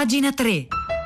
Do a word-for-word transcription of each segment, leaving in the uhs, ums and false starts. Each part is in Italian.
Pagina tre.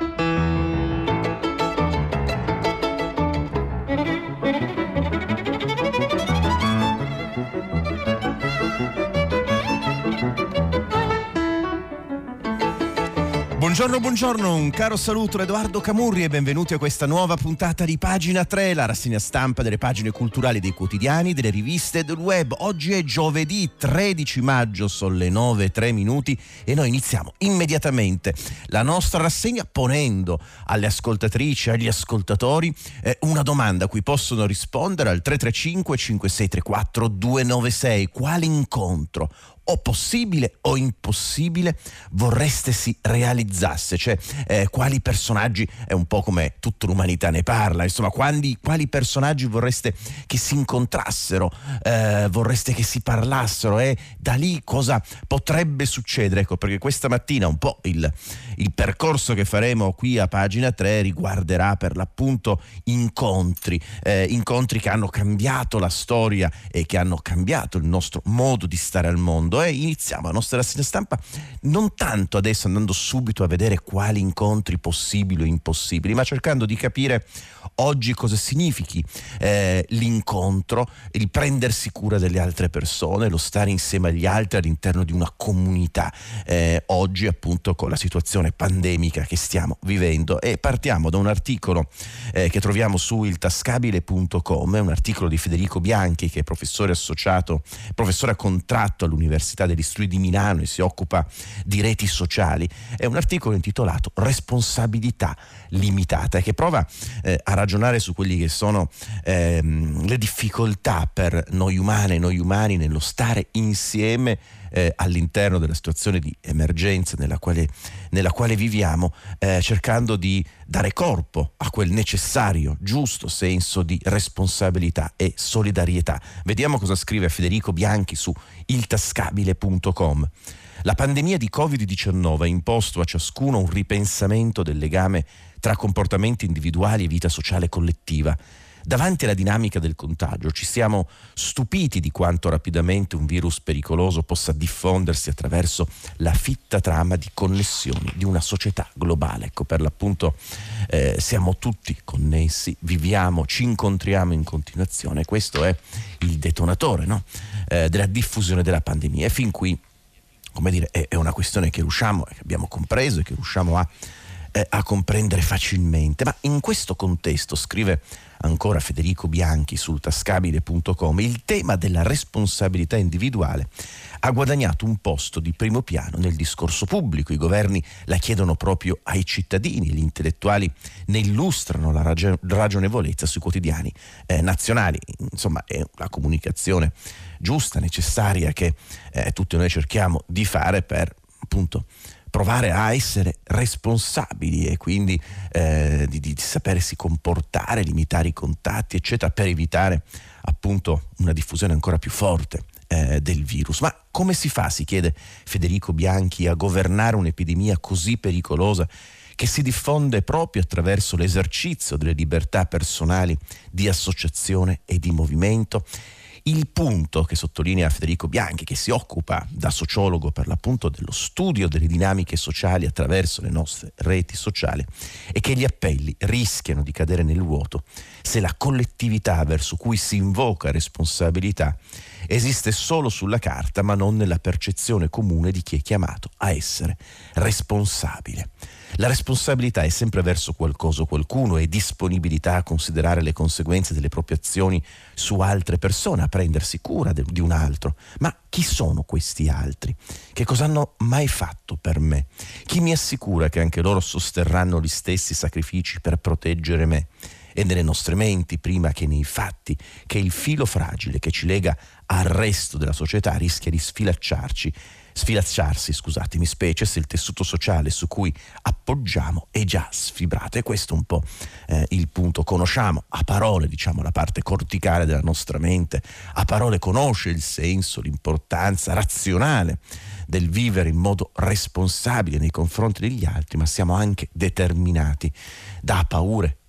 Buongiorno, buongiorno, un caro saluto da Edoardo Camurri e benvenuti a questa nuova puntata di Pagina tre, la rassegna stampa delle pagine culturali dei quotidiani, delle riviste e del web. Oggi è giovedì tredici maggio, sono le nove e tre minuti e noi iniziamo immediatamente la nostra rassegna ponendo alle ascoltatrici e agli ascoltatori eh, una domanda a cui possono rispondere al tre tre cinque cinque sei tre quattro due nove sei. Quale incontro o possibile o impossibile vorreste si realizzasse? Cioè eh, quali personaggi, è un po' come tutta l'umanità ne parla, insomma quali, quali personaggi vorreste che si incontrassero, eh, vorreste che si parlassero e da lì cosa potrebbe succedere? Ecco, perché questa mattina un po' il, il percorso che faremo qui a Pagina tre riguarderà per l'appunto incontri, eh, incontri che hanno cambiato la storia e che hanno cambiato il nostro modo di stare al mondo. E iniziamo la nostra rassegna stampa non tanto adesso andando subito a vedere quali incontri possibili o impossibili, ma cercando di capire oggi cosa significhi eh, l'incontro, il prendersi cura delle altre persone, lo stare insieme agli altri all'interno di una comunità, eh, oggi appunto con la situazione pandemica che stiamo vivendo. E partiamo da un articolo eh, che troviamo su il tascabile punto com, è un articolo di Federico Bianchi, che è professore associato, professore a contratto all'Università degli Studi di Milano e si occupa di reti sociali. È un articolo intitolato Responsabilità limitata, che prova eh, a ragionare su quelli che sono ehm, le difficoltà per noi umane e noi umani nello stare insieme eh, all'interno della situazione di emergenza nella quale, nella quale viviamo, eh, cercando di dare corpo a quel necessario, giusto senso di responsabilità e solidarietà. Vediamo cosa scrive Federico Bianchi su il tascabile punto com. La pandemia di covid diciannove ha imposto a ciascuno un ripensamento del legame tra comportamenti individuali e vita sociale collettiva. Davanti alla dinamica del contagio ci siamo stupiti di quanto rapidamente un virus pericoloso possa diffondersi attraverso la fitta trama di connessioni di una società globale. Ecco, per l'appunto eh, siamo tutti connessi, viviamo, ci incontriamo in continuazione. Questo è il detonatore, no? eh, della diffusione della pandemia. E fin qui, come dire, è, è una questione che riusciamo, che abbiamo compreso e che riusciamo a a comprendere facilmente. Ma in questo contesto, scrive ancora Federico Bianchi sul tascabile punto com, il tema della responsabilità individuale ha guadagnato un posto di primo piano nel discorso pubblico. I governi la chiedono proprio ai cittadini, gli intellettuali ne illustrano la ragion- ragionevolezza sui quotidiani eh, nazionali. Insomma, è una comunicazione giusta, necessaria, che eh, tutti noi cerchiamo di fare per appunto provare a essere responsabili e quindi eh, di, di sapersi comportare, limitare i contatti, eccetera, per evitare appunto una diffusione ancora più forte eh, del virus. Ma come si fa, si chiede Federico Bianchi, a governare un'epidemia così pericolosa che si diffonde proprio attraverso l'esercizio delle libertà personali di associazione e di movimento? Il punto che sottolinea Federico Bianchi, che si occupa da sociologo per l'appunto dello studio delle dinamiche sociali attraverso le nostre reti sociali, è che gli appelli rischiano di cadere nel vuoto se la collettività verso cui si invoca responsabilità esiste solo sulla carta, ma non nella percezione comune di chi è chiamato a essere responsabile. La responsabilità è sempre verso qualcosa o qualcuno, è disponibilità a considerare le conseguenze delle proprie azioni su altre persone, a prendersi cura de- di un altro. Ma chi sono questi altri? Che cosa hanno mai fatto per me? Chi mi assicura che anche loro sosterranno gli stessi sacrifici per proteggere me? E nelle nostre menti, prima che nei fatti, che il filo fragile che ci lega al resto della società rischia di sfilacciarci sfilacciarsi, scusatemi, specie se il tessuto sociale su cui appoggiamo è già sfibrato. E questo è un po' eh, il punto. Conosciamo a parole, diciamo, la parte corticale della nostra mente, a parole conosce il senso, l'importanza razionale del vivere in modo responsabile nei confronti degli altri, ma siamo anche determinati da paure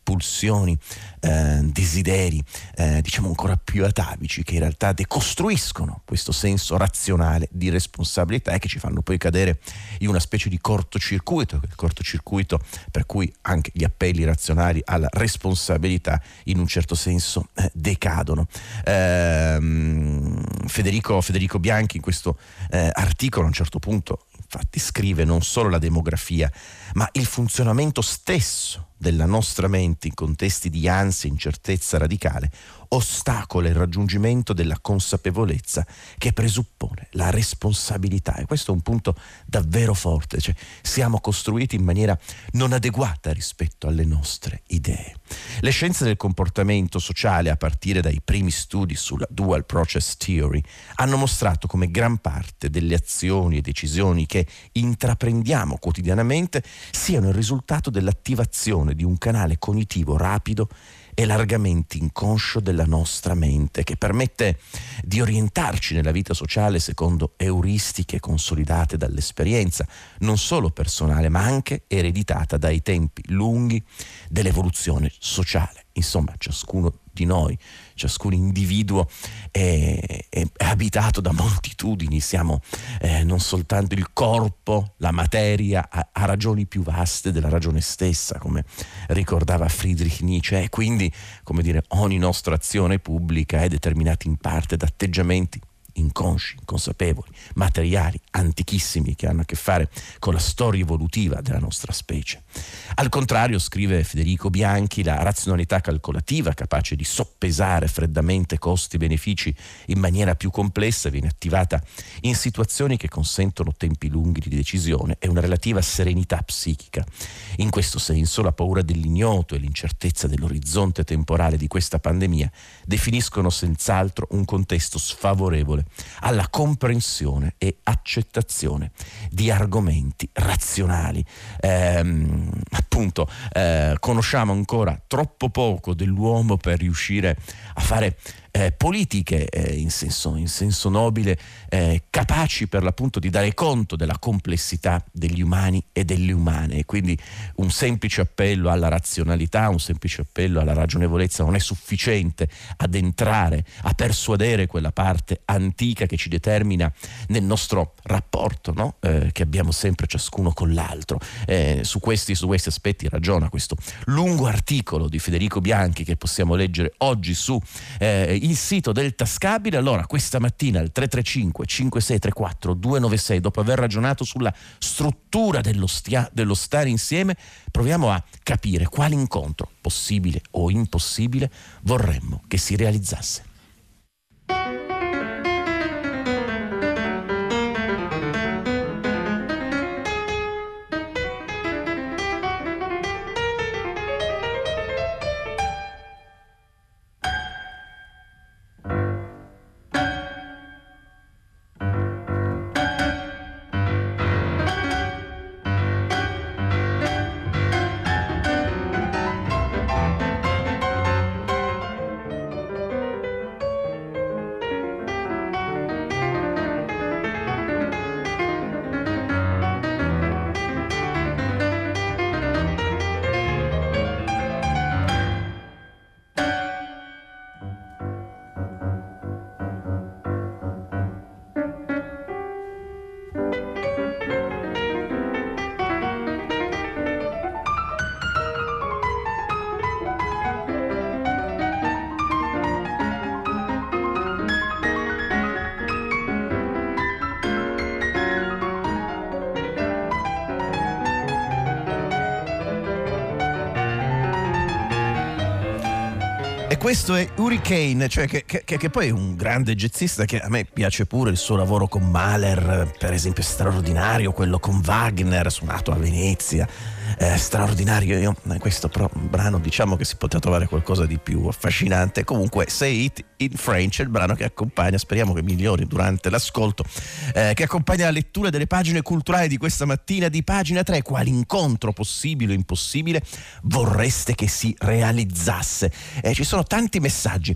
pulsioni, eh, desideri, eh, diciamo ancora più atavici, che in realtà decostruiscono questo senso razionale di responsabilità e che ci fanno poi cadere in una specie di cortocircuito, il cortocircuito per cui anche gli appelli razionali alla responsabilità in un certo senso eh, decadono. Ehm, Federico, Federico Bianchi in questo eh, articolo a un certo punto infatti scrive: non solo la demografia, ma il funzionamento stesso della nostra mente in contesti di ansia e incertezza radicale ostacola il raggiungimento della consapevolezza che presuppone la responsabilità. E questo è un punto davvero forte, cioè siamo costruiti in maniera non adeguata rispetto alle nostre idee. Le scienze del comportamento sociale, a partire dai primi studi sulla dual process theory, hanno mostrato come gran parte delle azioni e decisioni che intraprendiamo quotidianamente siano il risultato dell'attivazione di un canale cognitivo rapido e largamente inconscio della nostra mente, che permette di orientarci nella vita sociale secondo euristiche consolidate dall'esperienza, non solo personale ma anche ereditata dai tempi lunghi dell'evoluzione sociale. Insomma, ciascuno di noi, ciascun individuo è, è, è abitato da moltitudini, siamo eh, non soltanto il corpo, la materia, ha, ha ragioni più vaste della ragione stessa, come ricordava Friedrich Nietzsche, e quindi, come dire, ogni nostra azione pubblica è determinata in parte da atteggiamenti inconsci, inconsapevoli, materiali, antichissimi, che hanno a che fare con la storia evolutiva della nostra specie. Al contrario, scrive Federico Bianchi, la razionalità calcolativa, capace di soppesare freddamente costi e benefici in maniera più complessa, viene attivata in situazioni che consentono tempi lunghi di decisione e una relativa serenità psichica. In questo senso, la paura dell'ignoto e l'incertezza dell'orizzonte temporale di questa pandemia definiscono senz'altro un contesto sfavorevole alla comprensione e accettazione di argomenti razionali. Ehm, appunto, eh, conosciamo ancora troppo poco dell'uomo per riuscire a fare eh, politiche eh, in senso, in senso nobile, eh, capaci per l'appunto di dare conto della complessità degli umani e delle umane. E quindi un semplice appello alla razionalità, un semplice appello alla ragionevolezza non è sufficiente ad entrare, a persuadere quella parte antica che ci determina nel nostro rapporto, no? eh, che abbiamo sempre ciascuno con l'altro. Eh, su questi, su questi aspetti ragiona questo lungo articolo di Federico Bianchi che possiamo leggere oggi su eh, il sito del Tascabile. Allora, questa mattina al tre tre cinque cinque sei tre quattro due nove sei, dopo aver ragionato sulla struttura dello, stia, dello stare insieme, proviamo a capire quale incontro, possibile o impossibile, vorremmo che si realizzasse. Questo è Hurricane, cioè che, che, che poi è un grande jazzista che a me piace pure, il suo lavoro con Mahler, per esempio, è straordinario, quello con Wagner, suonato a Venezia, eh, straordinario. Io, in questo pro, brano diciamo che si poteva trovare qualcosa di più affascinante. Comunque, Say It in French è il brano che accompagna, speriamo che migliori durante l'ascolto, eh, che accompagna la lettura delle pagine culturali di questa mattina di Pagina tre. Quale incontro possibile o impossibile vorreste che si realizzasse? Eh, ci sono tanti messaggi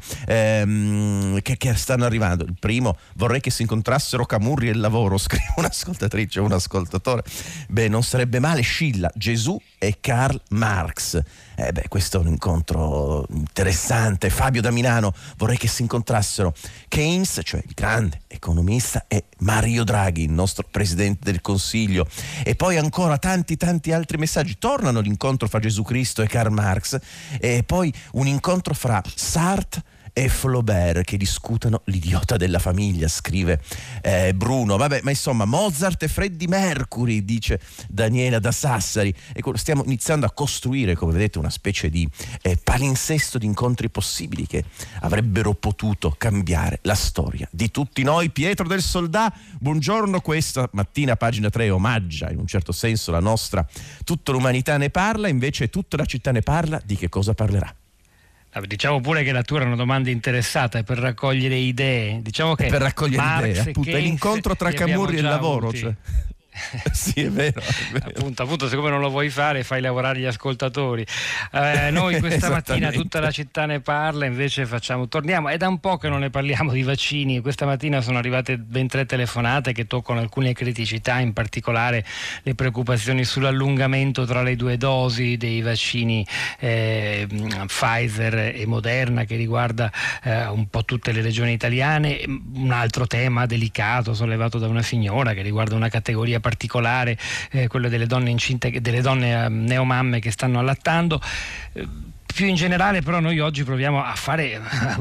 ehm, che, che stanno arrivando. Il primo: vorrei che si incontrassero Camurri e il lavoro, scrive un'ascoltatrice o un ascoltatore. Beh, non sarebbe male. Scilla, Gesù e Karl Marx. Eh beh, questo è un incontro interessante. Fabio da Milano: vorrei che si incontrassero Keynes, cioè il grande economista, e Mario Draghi, il nostro presidente del Consiglio. E poi ancora tanti tanti altri messaggi. Tornano l'incontro fra Gesù Cristo e Karl Marx, e poi un incontro fra Sartre e Flaubert che discutano l'idiota della famiglia, scrive eh, Bruno. Vabbè, ma insomma, Mozart e Freddie Mercury, dice Daniela da Sassari. Ecco, stiamo iniziando a costruire, come vedete, una specie di eh, palinsesto di incontri possibili che avrebbero potuto cambiare la storia di tutti noi. Pietro del Soldà: buongiorno, questa mattina Pagina tre omaggia in un certo senso la nostra Tutta l'umanità ne parla, invece Tutta la città ne parla di che cosa parlerà? Diciamo pure che la tua era una domanda interessata, è per raccogliere idee. Diciamo che per raccogliere Marx idee, appunto, è l'incontro tra Camurri e il lavoro. Cioè. Sì, è vero, è vero. Appunto, appunto, siccome non lo vuoi fare, fai lavorare gli ascoltatori. Eh, noi questa mattina Tutta la città ne parla, invece facciamo, torniamo, è da un po' che non ne parliamo di vaccini. Questa mattina sono arrivate ben tre telefonate che toccano alcune criticità, in particolare le preoccupazioni sull'allungamento tra le due dosi dei vaccini eh, Pfizer e Moderna, che riguarda eh, un po' tutte le regioni italiane. Un altro tema delicato sollevato da una signora che riguarda una categoria particolare, eh, quello delle donne incinte, delle donne eh, neomamme che stanno allattando. Eh, più in generale però noi oggi proviamo a fare a,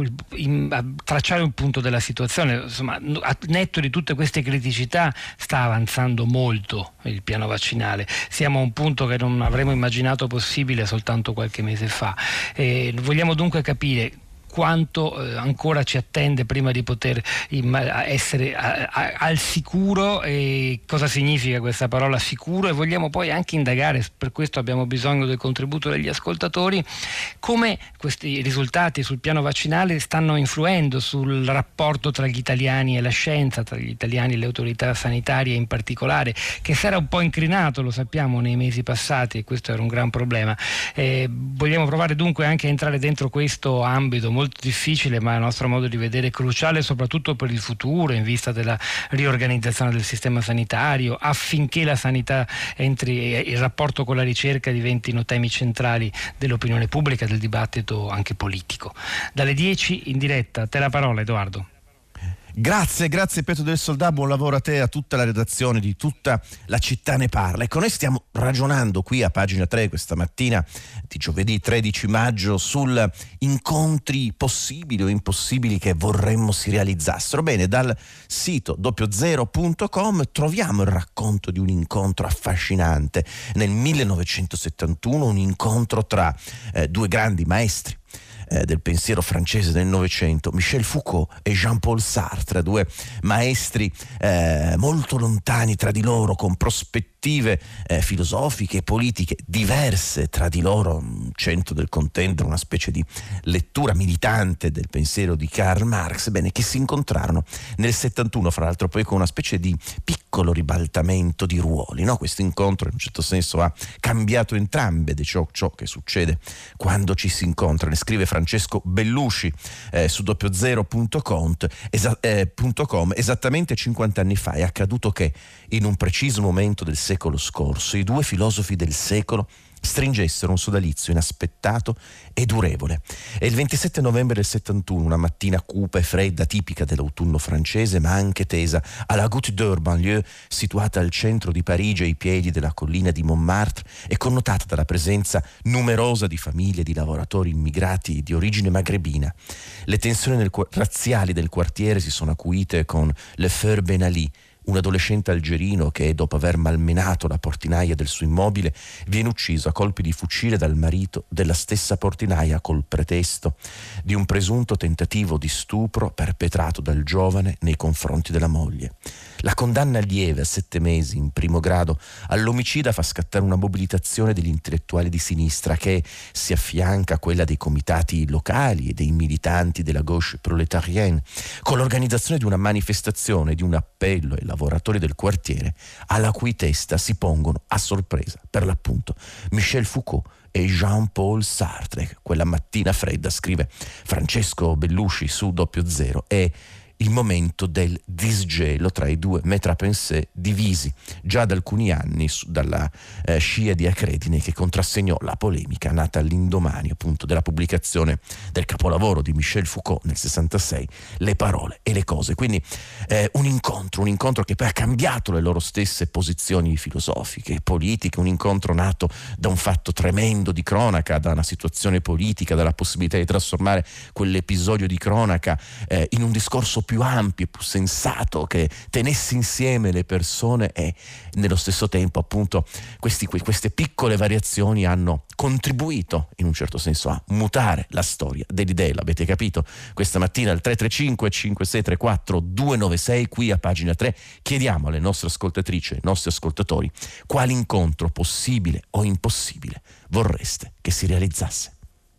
a tracciare un punto della situazione. Insomma, a netto di tutte queste criticità sta avanzando molto il piano vaccinale, siamo a un punto che non avremmo immaginato possibile soltanto qualche mese fa. Eh, vogliamo dunque capire quanto eh, ancora ci attende prima di poter imma- essere a- a- al sicuro, e cosa significa questa parola sicuro, e vogliamo poi anche indagare, per questo abbiamo bisogno del contributo degli ascoltatori, come questi risultati sul piano vaccinale stanno influendo sul rapporto tra gli italiani e la scienza, tra gli italiani e le autorità sanitarie in particolare, che si era un po' incrinato, lo sappiamo, nei mesi passati, e questo era un gran problema. Eh, vogliamo provare dunque anche a entrare dentro questo ambito molto difficile, ma a nostro modo di vedere cruciale soprattutto per il futuro, in vista della riorganizzazione del sistema sanitario, affinché la sanità entri e il rapporto con la ricerca diventino temi centrali dell'opinione pubblica, del dibattito anche politico. Dalle dieci in diretta, te la parola, Edoardo. Grazie, grazie Pietro del Soldà, buon lavoro a te e a tutta la redazione di Tutta la città ne parla. Ecco, noi stiamo ragionando qui a Pagina tre questa mattina di giovedì tredici maggio sul incontri possibili o impossibili che vorremmo si realizzassero. Bene, dal sito doppio zero punto com troviamo il racconto di un incontro affascinante nel millenovecentosettantuno, un incontro tra eh, due grandi maestri del pensiero francese del Novecento, Michel Foucault e Jean-Paul Sartre, due maestri eh, molto lontani tra di loro, con prospettive eh, filosofiche e politiche diverse tra di loro, centro del contendere una specie di lettura militante del pensiero di Karl Marx, bene, che si incontrarono nel settantuno, fra l'altro poi con una specie di piccolo ribaltamento di ruoli, no? Questo incontro in un certo senso ha cambiato entrambe di ciò, ciò che succede quando ci si incontra. Ne scrive Francesco Bellusci eh, su doppio zero punto com. Esa- eh, .com. Esattamente cinquanta anni fa è accaduto che in un preciso momento del secolo scorso i due filosofi del secolo stringessero un sodalizio inaspettato e durevole. E il ventisette novembre del settantuno, una mattina cupa e fredda, tipica dell'autunno francese, ma anche tesa alla Goutte d'Or, banlieue situata al centro di Parigi, ai piedi della collina di Montmartre, e connotata dalla presenza numerosa di famiglie di lavoratori immigrati di origine magrebina. Le tensioni nel, razziali del quartiere si sono acuite con Le Feur Ben Ali, un adolescente algerino che, dopo aver malmenato la portinaia del suo immobile, viene ucciso a colpi di fucile dal marito della stessa portinaia col pretesto di un presunto tentativo di stupro perpetrato dal giovane nei confronti della moglie. La condanna lieve a sette mesi in primo grado all'omicida fa scattare una mobilitazione degli intellettuali di sinistra che si affianca a quella dei comitati locali e dei militanti della gauche proletarienne, con l'organizzazione di una manifestazione, di un appello e lavoratori del quartiere alla cui testa si pongono a sorpresa, per l'appunto, Michel Foucault e Jean-Paul Sartre. Quella mattina fredda, scrive Francesco Bellusci su Doppio Zero, è il momento del disgelo tra i due metà-pensée divisi già da alcuni anni su, dalla eh, scia di Acredine, che contrassegnò la polemica nata all'indomani appunto della pubblicazione del capolavoro di Michel Foucault nel sessantasei, Le parole e le cose. Quindi eh, un incontro, un incontro che poi ha cambiato le loro stesse posizioni filosofiche e politiche, un incontro nato da un fatto tremendo di cronaca, da una situazione politica, dalla possibilità di trasformare quell'episodio di cronaca eh, in un discorso più ampio, più sensato, che tenesse insieme le persone, e nello stesso tempo appunto questi, queste piccole variazioni hanno contribuito in un certo senso a mutare la storia dell'idea. L'avete capito? Questa mattina al tre tre cinque cinque sei tre quattro due nove sei, qui a Pagina tre, chiediamo alle nostre ascoltatrici e ai nostri ascoltatori quale incontro possibile o impossibile vorreste che si realizzasse.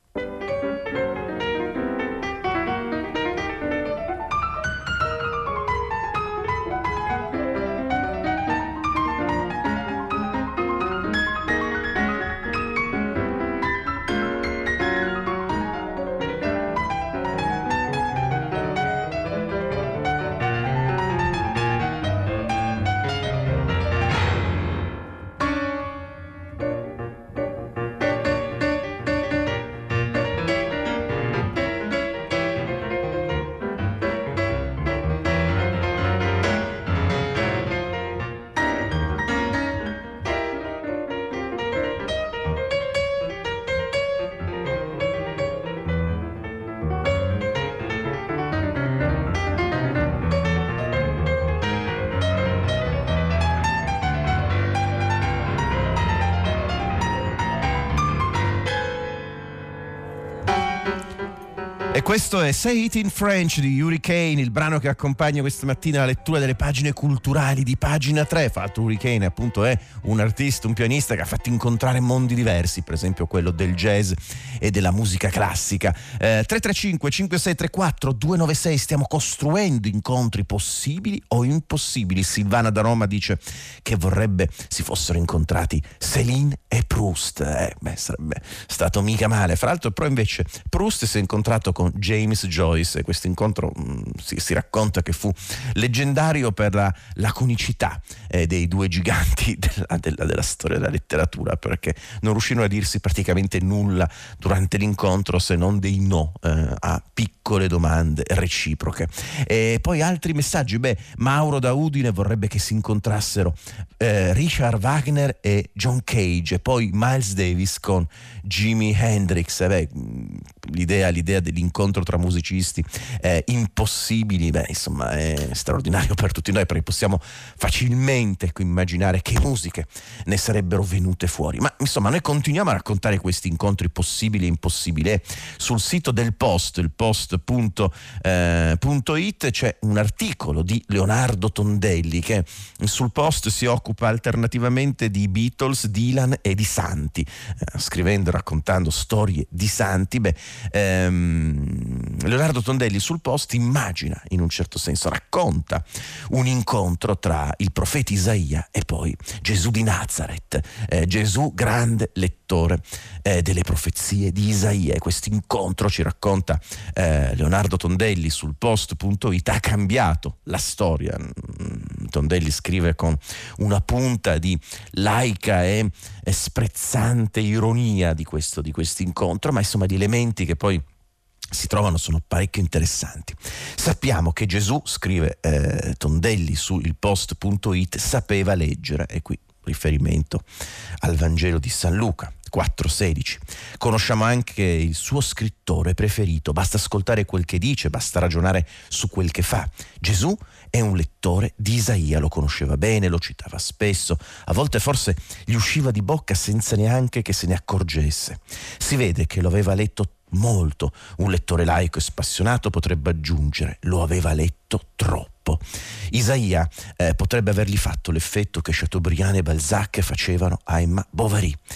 E questo è Say It in French di Hurricane, il brano che accompagna questa mattina la lettura delle pagine culturali di Pagina tre. Fra l'altro Hurricane appunto è un artista, un pianista che ha fatto incontrare mondi diversi, per esempio quello del jazz e della musica classica. eh, tre tre cinque cinque sei tre quattro due nove sei, stiamo costruendo incontri possibili o impossibili. Silvana da Roma dice che vorrebbe si fossero incontrati Céline e Proust. Eh, beh, sarebbe stato mica male. Fra l'altro però invece Proust si è incontrato con James Joyce e questo incontro mh, si, si racconta che fu leggendario per la laconicità eh, dei due giganti della, della, della storia della letteratura, perché non riuscirono a dirsi praticamente nulla durante l'incontro se non dei no eh, a piccole domande reciproche. E poi altri messaggi. Beh, Mauro da Udine vorrebbe che si incontrassero eh, Richard Wagner e John Cage, e poi Miles Davis con Jimi Hendrix. Eh beh, l'idea, l'idea dell'incontro tra musicisti eh, impossibili, beh, insomma, è straordinario per tutti noi, perché possiamo facilmente immaginare che musiche ne sarebbero venute fuori. Ma insomma, noi continuiamo a raccontare questi incontri possibili e impossibili. E sul sito del Post, il post punto it, c'è un articolo di Leonardo Tondelli che sul Post si occupa alternativamente di Beatles, Dylan e di santi, eh, scrivendo e raccontando storie di santi. Beh, ehm, Leonardo Tondelli sul Post immagina, in un certo senso racconta un incontro tra il profeta Isaia e poi Gesù di Nazareth, eh, Gesù grande lettore eh, delle profezie di Isaia. E questo incontro, ci racconta eh, Leonardo Tondelli sul post punto it, ha cambiato la storia. Tondelli scrive con una punta di laica e, e sprezzante ironia di questo di questo incontro, ma insomma di elementi che poi si trovano sono parecchio interessanti. Sappiamo che Gesù, scrive eh, Tondelli su il post punto it, sapeva leggere, e qui riferimento al Vangelo di San Luca quattro sedici. Conosciamo anche il suo scrittore preferito, basta ascoltare quel che dice, basta ragionare su quel che fa. Gesù è un lettore di Isaia, lo conosceva bene, lo citava spesso, a volte forse gli usciva di bocca senza neanche che se ne accorgesse. Si vede che lo aveva letto molto. Un lettore laico e spassionato potrebbe aggiungere: lo aveva letto troppo. Isaia eh, potrebbe avergli fatto l'effetto che Chateaubriand e Balzac facevano a Emma Bovary.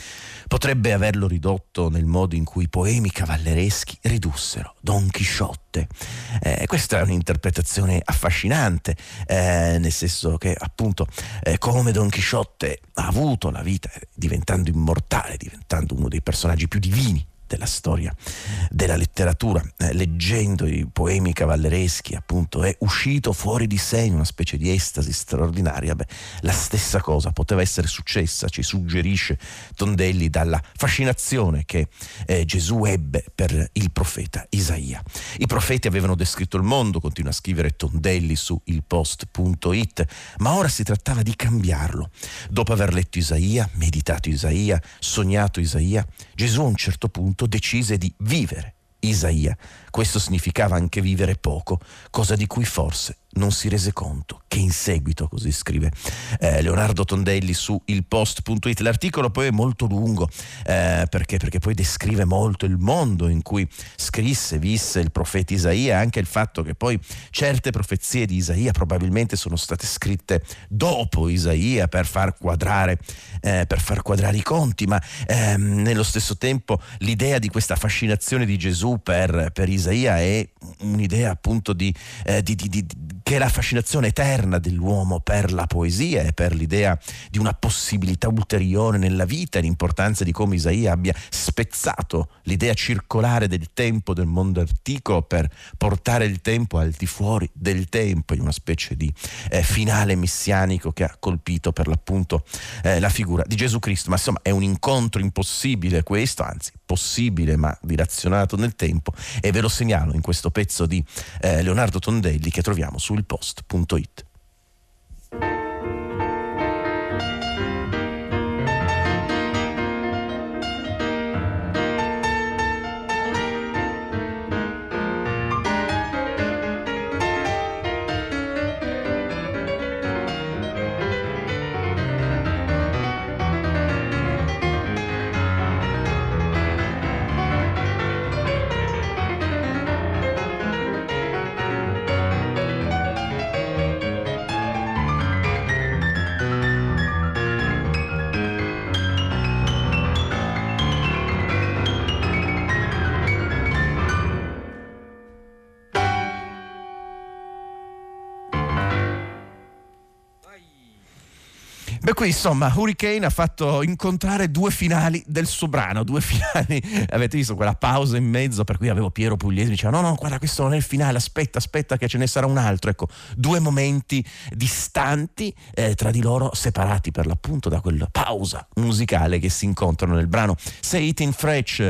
Potrebbe averlo ridotto nel modo in cui i poemi cavallereschi ridussero Don Chisciotte. Eh, questa è un'interpretazione affascinante, eh, nel senso che appunto eh, come Don Chisciotte ha avuto la vita diventando immortale, diventando uno dei personaggi più divini della storia della letteratura, eh, leggendo i poemi cavallereschi appunto è uscito fuori di sé in una specie di estasi straordinaria. Beh, la stessa cosa poteva essere successa, ci suggerisce Tondelli, dalla fascinazione che eh, Gesù ebbe per il profeta Isaia. I profeti avevano descritto il mondo, continua a scrivere Tondelli su il post punto it, ma ora si trattava di cambiarlo. Dopo aver letto Isaia, meditato Isaia, sognato Isaia, Gesù a un certo punto decise di vivere Isaia. Questo significava anche vivere poco, cosa di cui forse non si rese conto, che in seguito, così scrive eh, Leonardo Tondelli su il post punto it. L'articolo poi è molto lungo, eh, perché, perché poi descrive molto il mondo in cui scrisse, visse il profeta Isaia, e anche il fatto che poi certe profezie di Isaia probabilmente sono state scritte dopo Isaia per far quadrare, eh, per far quadrare i conti, ma ehm, nello stesso tempo l'idea di questa fascinazione di Gesù per, per Isaia è un'idea appunto di, eh, di, di, di che è la fascinazione eterna dell'uomo per la poesia e per l'idea di una possibilità ulteriore nella vita, l'importanza di come Isaia abbia spezzato l'idea circolare del tempo del mondo antico per portare il tempo al di fuori del tempo, in una specie di eh, finale messianico che ha colpito per l'appunto eh, la figura di Gesù Cristo. Ma insomma è un incontro impossibile questo, anzi possibile ma dilazionato nel tempo, e ve lo segnalo in questo pezzo di eh, Leonardo Tondelli che troviamo su il post punto it. Beh, qui insomma Hurricane ha fatto incontrare due finali del suo brano, due finali, avete visto quella pausa in mezzo per cui avevo Piero Pugliese, diceva no no guarda questo non è il finale, aspetta aspetta che ce ne sarà un altro. Ecco, due momenti distanti eh, tra di loro, separati per l'appunto da quella pausa musicale, che si incontrano nel brano Say It in French,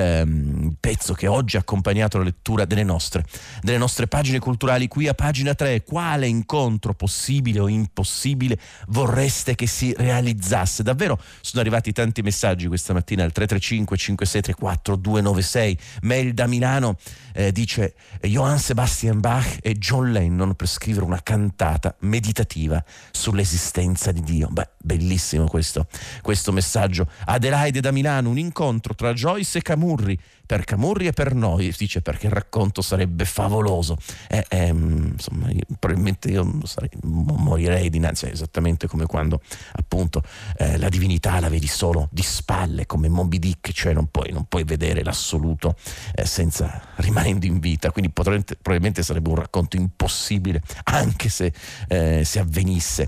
ehm, pezzo che oggi ha accompagnato la lettura delle nostre, delle nostre pagine culturali qui a pagina tre. Quale incontro possibile o impossibile vorreste che si realizzasse? Davvero sono arrivati tanti messaggi questa mattina al tre tre cinque cinque sei tre quattro due nove sei. Mail da Milano eh, dice Johann Sebastian Bach e John Lennon per scrivere una cantata meditativa sull'esistenza di Dio. Beh, bellissimo questo, questo messaggio. Adelaide da Milano, un incontro tra Joyce e Camurri, per Camurri e per noi, dice, perché il racconto sarebbe favoloso. Eh, eh, insomma, io, probabilmente io sarei, morirei dinanzi, esattamente come quando appunto eh, la divinità la vedi solo di spalle come Moby Dick, cioè non puoi, non puoi vedere l'assoluto eh, senza rimanendo in vita. Quindi probabilmente, probabilmente sarebbe un racconto impossibile anche se, eh, se avvenisse.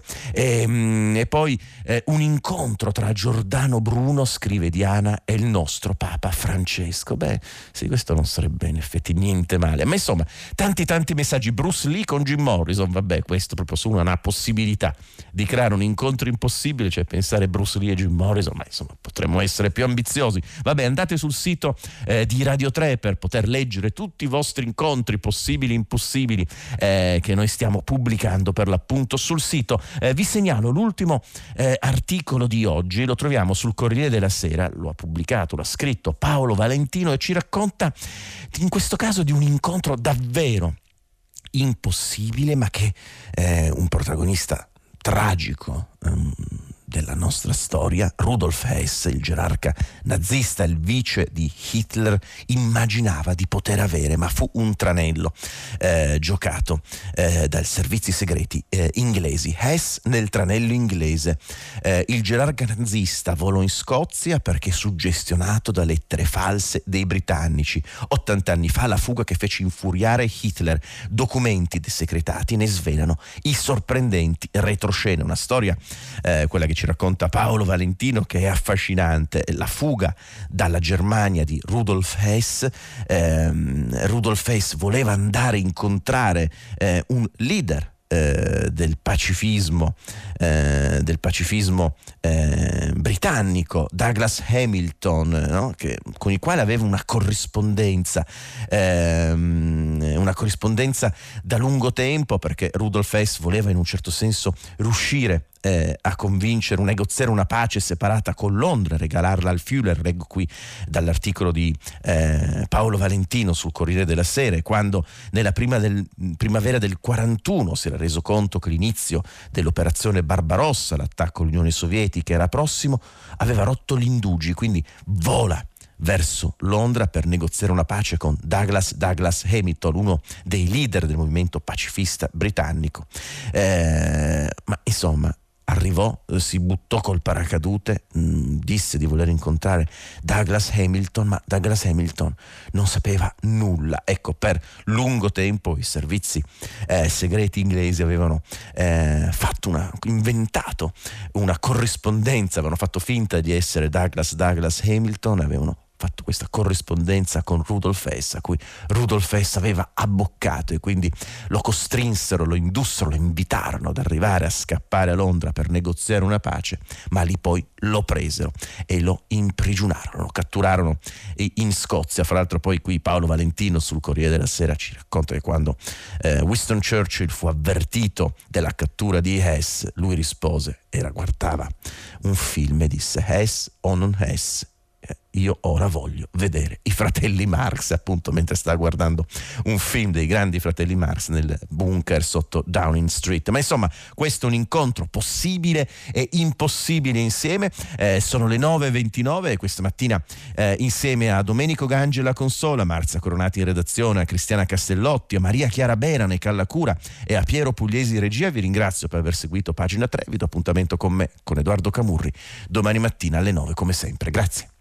E, e poi eh, un incontro tra Giordano Bruno, scrive Diana, e il nostro Papa Francesco. Beh, sì, questo non sarebbe in effetti niente male. Ma insomma, tanti tanti messaggi. Bruce Lee con Jim Morrison, vabbè, questo proprio su una possibilità di creare un incontro impossibile, cioè pensare Bruce Lee e Jim Morrison, ma insomma potremmo essere più ambiziosi. Vabbè, andate sul sito eh, di Radio tre per poter leggere tutti i vostri incontri possibili e impossibili eh, che noi stiamo pubblicando per l'appunto sul sito. Eh, vi segnalo l'ultimo eh, articolo di oggi, lo troviamo sul Corriere della Sera, lo ha pubblicato, l'ha scritto Paolo Valentino e ci racconta in questo caso di un incontro davvero impossibile, ma che eh, un protagonista tragico, um, della nostra storia, Rudolf Hess, il gerarca nazista, il vice di Hitler, immaginava di poter avere, ma fu un tranello eh, giocato eh, dai servizi segreti eh, inglesi. Hess nel tranello inglese. Eh, il gerarca nazista volò in Scozia perché suggestionato da lettere false dei britannici. ottanta anni fa la fuga che fece infuriare Hitler. Documenti desecretati ne svelano i sorprendenti retroscena. Una storia, eh, quella che ci racconta Paolo Valentino, che è affascinante. La fuga dalla Germania di Rudolf Hess. Eh, Rudolf Hess voleva andare a incontrare eh, un leader Eh, del pacifismo eh, del pacifismo eh, britannico, Douglas Hamilton, no? che, con il quale aveva una corrispondenza ehm, una corrispondenza da lungo tempo, perché Rudolf Hess voleva in un certo senso riuscire Eh, a convincere, un negoziare una pace separata con Londra, regalarla al Führer. Leggo qui dall'articolo di eh, Paolo Valentino sul Corriere della Sera, quando nella prima del, primavera del quarantuno si era reso conto che l'inizio dell'operazione Barbarossa, l'attacco all'Unione Sovietica, era prossimo, aveva rotto gli indugi, quindi vola verso Londra per negoziare una pace con Douglas Douglas Hamilton, uno dei leader del movimento pacifista britannico. Eh, ma insomma arrivò, si buttò col paracadute, mh, disse di voler incontrare Douglas Hamilton, ma Douglas Hamilton non sapeva nulla. Ecco, per lungo tempo i servizi eh, segreti inglesi avevano eh, fatto una, inventato una corrispondenza, avevano fatto finta di essere Douglas Douglas Hamilton, avevano fatto questa corrispondenza con Rudolf Hess, a cui Rudolf Hess aveva abboccato, e quindi lo costrinsero, lo indussero, lo invitarono ad arrivare a scappare a Londra per negoziare una pace, ma lì poi lo presero e lo imprigionarono, lo catturarono in Scozia. Fra l'altro poi qui Paolo Valentino sul Corriere della Sera ci racconta che quando eh, Winston Churchill fu avvertito della cattura di Hess, lui rispose, era guardava un film e disse: Hess o non Hess, io ora voglio vedere i fratelli Marx, appunto mentre sta guardando un film dei grandi fratelli Marx nel bunker sotto Downing Street. Ma insomma, questo è un incontro possibile e impossibile insieme. Eh, sono le nove e ventinove e questa mattina eh, insieme a Domenico Gangi alla console, a Marzia Coronati in redazione, a Cristiana Castellotti, a Maria Chiara Berane Callacura e a Piero Pugliesi in regia vi ringrazio per aver seguito Pagina tre. Vi do appuntamento con me, con Edoardo Camurri, domani mattina alle nove come sempre. Grazie.